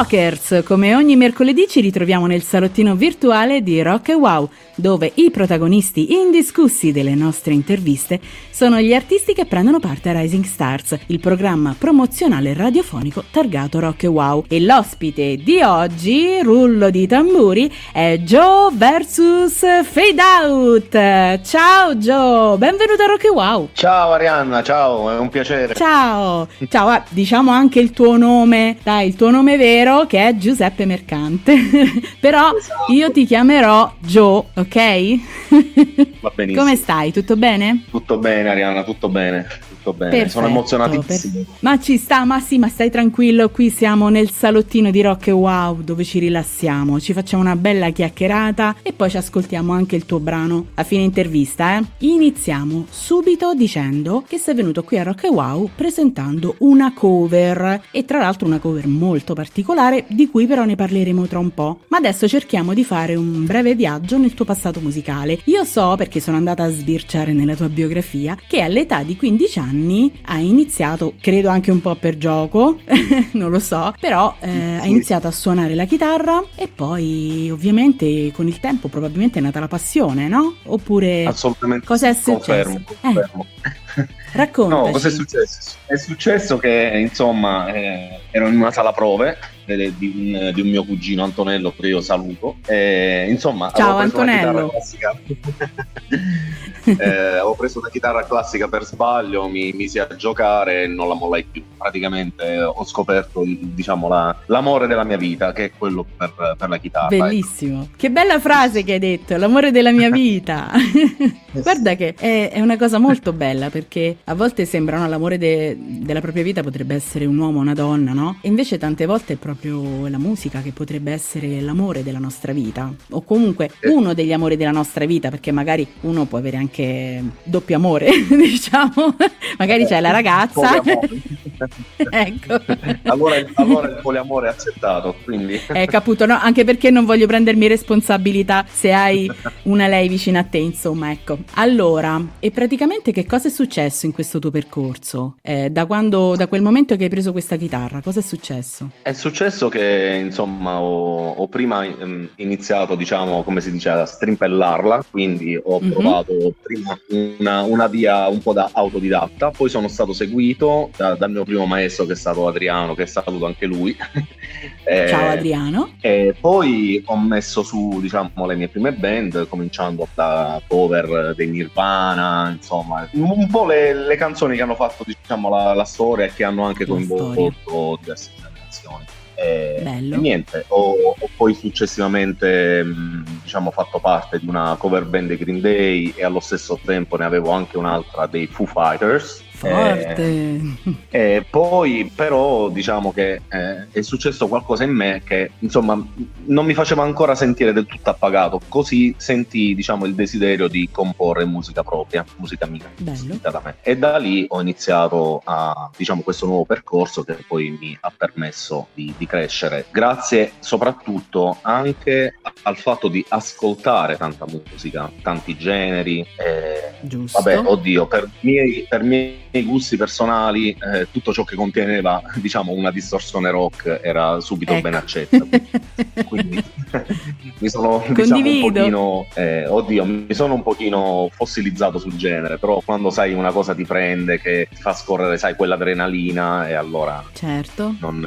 Rockers, come ogni mercoledì ci ritroviamo nel salottino virtuale di Rock e Wow, dove i protagonisti indiscussi delle nostre interviste sono gli artisti che prendono parte a Rising Stars, il programma promozionale radiofonico targato Rock e Wow. E l'ospite di oggi, rullo di tamburi, è Joe vs Fade Out. Ciao Joe, benvenuto a Rock e Wow. Ciao Arianna, ciao, è un piacere. Ciao, diciamo anche il tuo nome, dai, il tuo nome vero che è Giuseppe Mercante, però esatto. Io ti chiamerò Joe, ok? Va benissimo. Come stai? Tutto bene? Tutto bene Arianna, tutto bene. Perfetto, sono emozionatissimo. Ma ci sta, ma stai tranquillo, qui siamo nel salottino di Rock e Wow dove ci rilassiamo, ci facciamo una bella chiacchierata e poi ci ascoltiamo anche il tuo brano a fine intervista. Iniziamo subito dicendo che sei venuto qui a Rock e Wow presentando una cover, e tra l'altro una cover molto particolare di cui però ne parleremo tra un po'. Ma adesso cerchiamo di fare un breve viaggio nel tuo passato musicale. Io so, perché sono andata a sbirciare nella tua biografia, che all'età di 15 anni hai iniziato, credo anche un po' per gioco, non lo so, però hai iniziato a suonare la chitarra e poi ovviamente con il tempo probabilmente è nata la passione, no? Oppure assolutamente cosa è successo? Confermo. Raccontaci. No, cosa è successo? È successo che insomma ero in una sala prove di un mio cugino Antonello, che io saluto, insomma. Ciao Antonello. Avevo preso una chitarra classica per sbaglio, mi misi a giocare e non la mollai più. Praticamente ho scoperto l'amore della mia vita, che è quello per la chitarra. Bellissimo, ecco. Che bella frase che hai detto, l'amore della mia vita. Guarda che è una cosa molto bella, perché a volte sembra, no, l'amore della propria vita potrebbe essere un uomo o una donna, no? E invece tante volte è proprio la musica che potrebbe essere l'amore della nostra vita, o comunque uno degli amori della nostra vita, perché magari uno può avere anche doppio amore, diciamo, magari c'è la ragazza. Ecco. Allora il poliamore è accettato, quindi. Appunto, no, anche perché non voglio prendermi responsabilità se hai una lei vicino a te, insomma, ecco. Allora, e praticamente che cosa è successo in questo tuo percorso? Da quel momento che hai preso questa chitarra, cosa è successo? È successo che, insomma, ho prima iniziato, diciamo, come si dice, a strimpellarla, quindi ho provato prima una via un po' da autodidatta, poi sono stato seguito dal mio primo maestro, che è stato Adriano, che saluto anche lui. Ciao Adriano. E poi ho messo su, diciamo, le mie prime band, cominciando da cover dei Nirvana, insomma, un po' le canzoni che hanno fatto, diciamo, la storia e che hanno anche coinvolto diverse generazioni. Bello. E niente, ho poi successivamente diciamo fatto parte di una cover band dei Green Day, e allo stesso tempo ne avevo anche un'altra dei Foo Fighters. Forte. E poi però diciamo che è successo qualcosa in me che, insomma, non mi faceva ancora sentire del tutto appagato, così sentii, diciamo, il desiderio di comporre musica propria, musica mia, scritta da me, e da lì ho iniziato a, diciamo, questo nuovo percorso che poi mi ha permesso di crescere, grazie soprattutto anche al fatto di ascoltare tanta musica, tanti generi. Giusto. Vabbè, oddio, per miei gusti personali, tutto ciò che conteneva, diciamo, una distorsione rock era subito ben accetta. Quindi mi sono, diciamo, mi sono un pochino fossilizzato sul genere, però quando sai una cosa ti prende, che ti fa scorrere, sai, quell'adrenalina, e allora certo. non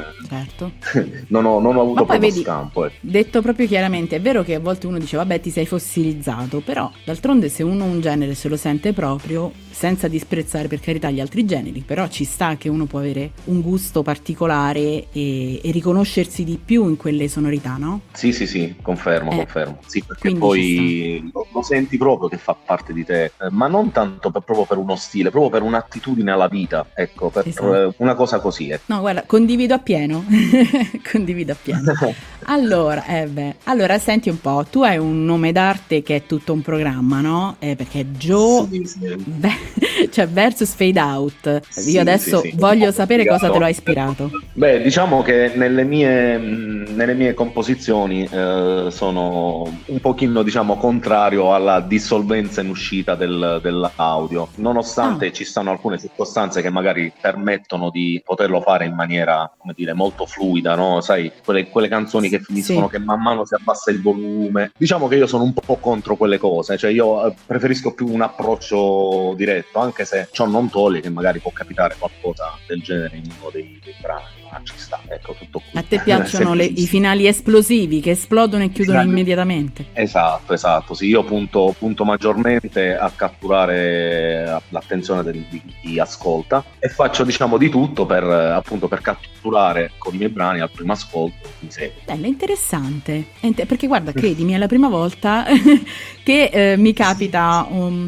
ho avuto proprio scampo. Detto proprio chiaramente, è vero che a volte uno dice vabbè, ti sei fossilizzato, però d'altronde se uno un genere se lo sente proprio, senza disprezzare per carità gli altri generi, però ci sta che uno può avere un gusto particolare e riconoscersi di più in quelle sonorità, no? Sì, confermo. Sì, perché poi lo senti proprio che fa parte di te, ma non tanto proprio per uno stile, proprio per un'attitudine alla vita, ecco, per una cosa così. No, guarda, condivido appieno. Allora, senti un po', tu hai un nome d'arte che è tutto un programma, no? Perché Joe, cioè versus Fade Out. Io adesso voglio sapere cosa te lo ha ispirato. Beh, diciamo che nelle mie composizioni sono un pochino, diciamo, contrario alla dissolvenza in uscita dell'audio, nonostante ci stanno alcune circostanze che magari permettono di poterlo fare in maniera, come dire, molto fluida, no? Sai, quelle canzoni che finiscono che man mano si abbassa il volume. Diciamo che io sono un po' contro quelle cose, cioè io preferisco più un approccio diretto, anche se ciò non toglie che magari può capitare qualcosa del genere in uno dei brani, ma ci sta, ecco, tutto qui. A te piacciono i finali esplosivi che esplodono e chiudono immediatamente? Esatto, sì, io punto maggiormente a catturare l'attenzione di chi ascolta e faccio, diciamo, di tutto per catturare con i miei brani al primo ascolto mi segue. Bello, interessante, perché guarda, credimi, è la prima volta che mi capita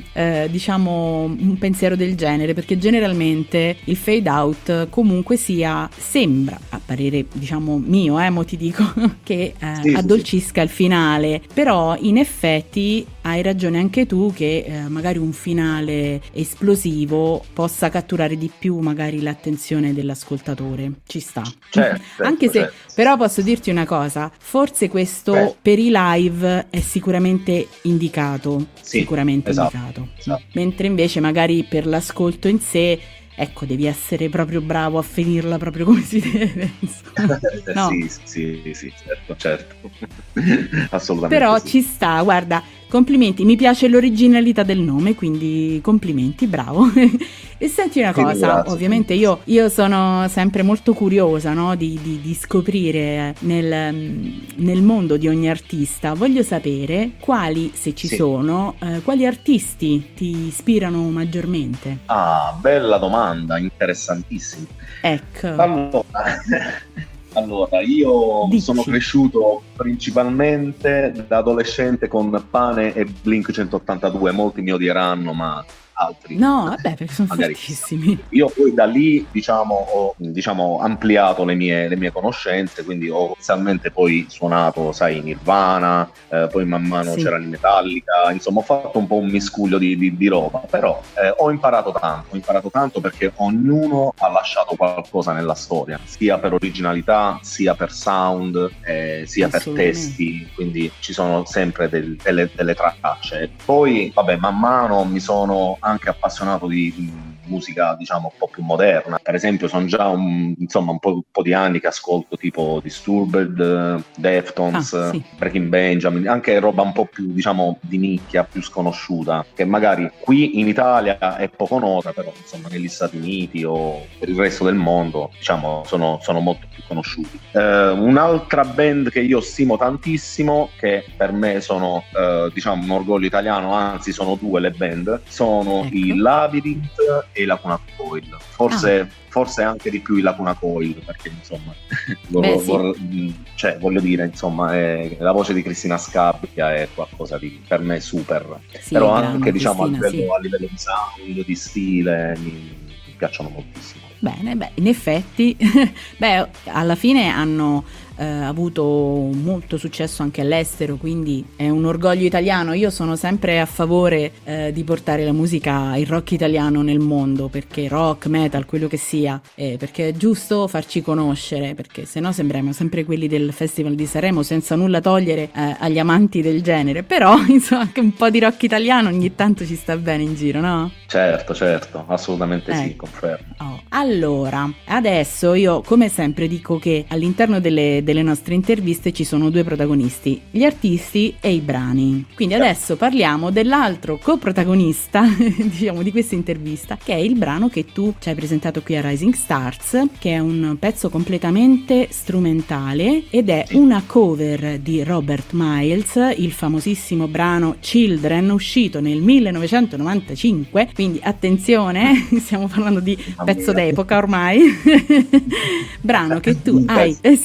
diciamo un pensiero del genere, perché generalmente il fade out comunque sembra, a parere diciamo mio, mo ti dico, che addolcisca il finale, però in effetti hai ragione anche tu che magari un finale esplosivo possa catturare di più magari l'attenzione dell'ascoltatore, ci sta. Certo, anche se però posso dirti una cosa, forse questo per i live è sicuramente indicato, indicato. Mentre invece magari per l'ascolto in sé, ecco, devi essere proprio bravo a finirla proprio come si deve. No? Sì, certo. Assolutamente. Però ci sta, guarda, complimenti, mi piace l'originalità del nome, quindi complimenti, bravo. E senti una cosa, grazie. Ovviamente io sono sempre molto curiosa, no, di scoprire nel mondo di ogni artista. Voglio sapere quali, se ci sono, quali artisti ti ispirano maggiormente? Ah, bella domanda, interessantissima. Ecco. Allora, io sono cresciuto principalmente da adolescente con Pane e Blink 182, molti mi odieranno, ma altri perché sono fortissimi. Io poi da lì ho ampliato le mie conoscenze, quindi ho inizialmente poi suonato, sai, Nirvana, poi man mano c'era il Metallica, insomma ho fatto un po' un miscuglio di roba, però ho imparato tanto perché ognuno ha lasciato qualcosa nella storia, sia per originalità, sia per sound, sia per testi, quindi ci sono sempre delle tracce. Poi vabbè, man mano mi sono anche appassionato di musica, diciamo, un po' più moderna. Per esempio sono già un po' di anni che ascolto tipo Disturbed, Deftones, Breaking Benjamin, anche roba un po' più, diciamo, di nicchia, più sconosciuta, che magari qui in Italia è poco nota, però insomma negli Stati Uniti o per il resto del mondo, diciamo, sono molto più conosciuti. Un'altra band che io stimo tantissimo, che per me sono diciamo un orgoglio italiano, anzi sono due le band, sono i Labyrinth e i Lacuna Coil, forse anche di più i Lacuna Coil, perché insomma voglio dire, insomma, la voce di Cristina Scabbia è qualcosa di, per me, super, però anche diciamo a livello di sound, di stile mi piacciono moltissimo. Bene, in effetti alla fine hanno avuto molto successo anche all'estero, quindi è un orgoglio italiano. Io sono sempre a favore di portare la musica, il rock italiano nel mondo, perché rock, metal, quello che sia, perché è giusto farci conoscere, perché sennò sembriamo sempre quelli del Festival di Sanremo, senza nulla togliere agli amanti del genere, però insomma anche un po' di rock italiano ogni tanto ci sta bene in giro, no? Certo, assolutamente sì, confermo. Allora, adesso io come sempre dico che all'interno delle nostre interviste ci sono due protagonisti, gli artisti e i brani. Quindi adesso parliamo dell'altro coprotagonista, diciamo, di questa intervista, che è il brano che tu ci hai presentato qui a Rising Stars, che è un pezzo completamente strumentale ed è una cover di Robert Miles, il famosissimo brano Children, uscito nel 1995, quindi attenzione, stiamo parlando di pezzo d'epoca ormai. Brano che tu hai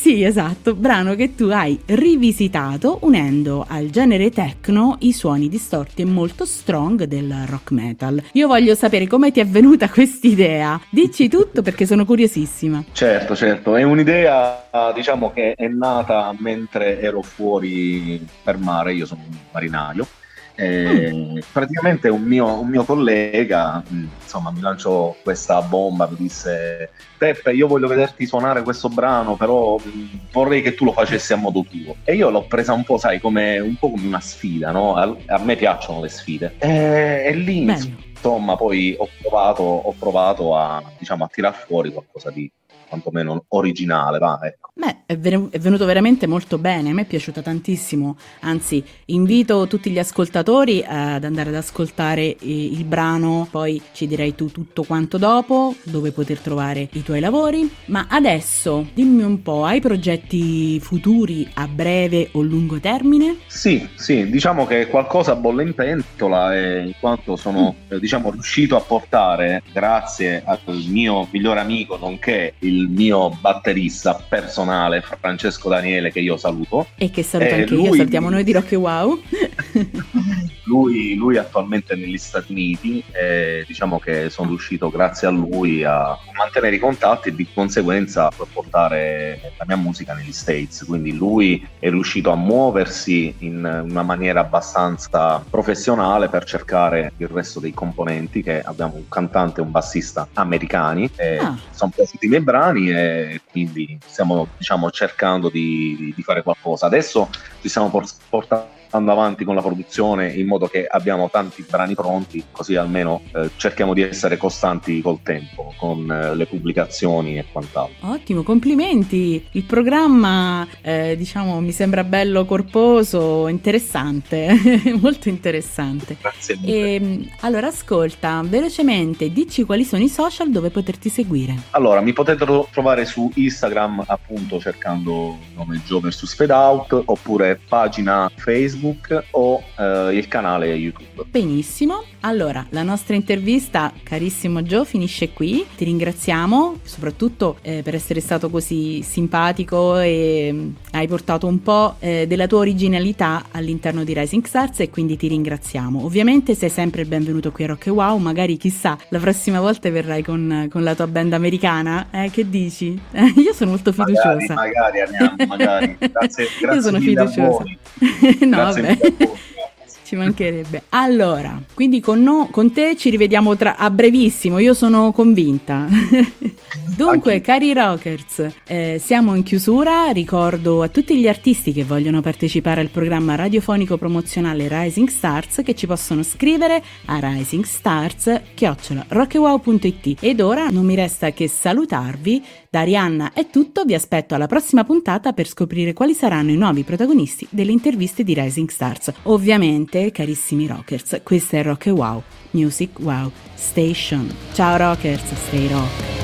Esatto, brano che tu hai rivisitato unendo al genere techno i suoni distorti e molto strong del rock metal. Io voglio sapere come ti è venuta quest'idea. Dici tutto perché sono curiosissima. Certo, è un'idea diciamo che è nata mentre ero fuori per mare, io sono un marinaio. Praticamente un mio collega insomma mi lanciò questa bomba, mi disse: Peppe, io voglio vederti suonare questo brano, però vorrei che tu lo facessi a modo tuo. E io l'ho presa un po', sai, un po' come una sfida, no? A me piacciono le sfide, e lì insomma poi ho provato a, diciamo, a tirar fuori qualcosa di quantomeno originale, va, ecco. Beh, è venuto veramente molto bene, a me è piaciuta tantissimo, anzi invito tutti gli ascoltatori ad andare ad ascoltare il brano, poi ci dirai tu tutto quanto dopo, dove poter trovare i tuoi lavori, ma adesso dimmi un po', hai progetti futuri a breve o lungo termine? Sì, diciamo che qualcosa bolle in pentola, in quanto sono diciamo riuscito a portare, grazie al mio migliore amico nonché il mio batterista personale Francesco Daniele, che io saluto e che saluto anche io, salutiamo noi di Rock Wow. Lui attualmente è negli Stati Uniti e diciamo che sono riuscito grazie a lui a mantenere i contatti e di conseguenza a portare la mia musica negli States, quindi lui è riuscito a muoversi in una maniera abbastanza professionale per cercare il resto dei componenti, che abbiamo un cantante e un bassista americani, sono piaciuti i miei brani e quindi stiamo, diciamo, cercando di fare qualcosa. Adesso ci stiamo portando avanti con la produzione in modo che abbiamo tanti brani pronti, così almeno cerchiamo di essere costanti col tempo con le pubblicazioni e quant'altro. Ottimo, complimenti, il programma diciamo mi sembra bello corposo, interessante, molto interessante. Grazie mille. Allora ascolta, velocemente dici quali sono i social dove poterti seguire. Allora, mi potete trovare su Instagram, appunto cercando il nome Joe vs Fade Out, oppure pagina Facebook o il canale YouTube. Benissimo, allora la nostra intervista, carissimo Joe, finisce qui. Ti ringraziamo soprattutto per essere stato così simpatico e hai portato un po' della tua originalità all'interno di Rising Stars, e quindi ti ringraziamo. Ovviamente sei sempre il benvenuto qui a Rock Wow, magari chissà la prossima volta verrai con la tua band americana, che dici? Io sono molto fiduciosa. Magari andiamo, magari. Grazie io sono fiduciosa. No, vabbè, ci mancherebbe. Allora, quindi con te ci rivediamo a brevissimo, io sono convinta. Dunque, cari rockers, siamo in chiusura. Ricordo a tutti gli artisti che vogliono partecipare al programma radiofonico promozionale Rising Stars che ci possono scrivere a risingstars@rockewow.it. Ed ora non mi resta che salutarvi. Da Arianna è tutto, vi aspetto alla prossima puntata per scoprire quali saranno i nuovi protagonisti delle interviste di Rising Stars. Ovviamente, carissimi rockers, questa è Rock Wow, Music Wow Station. Ciao rockers, stay rock.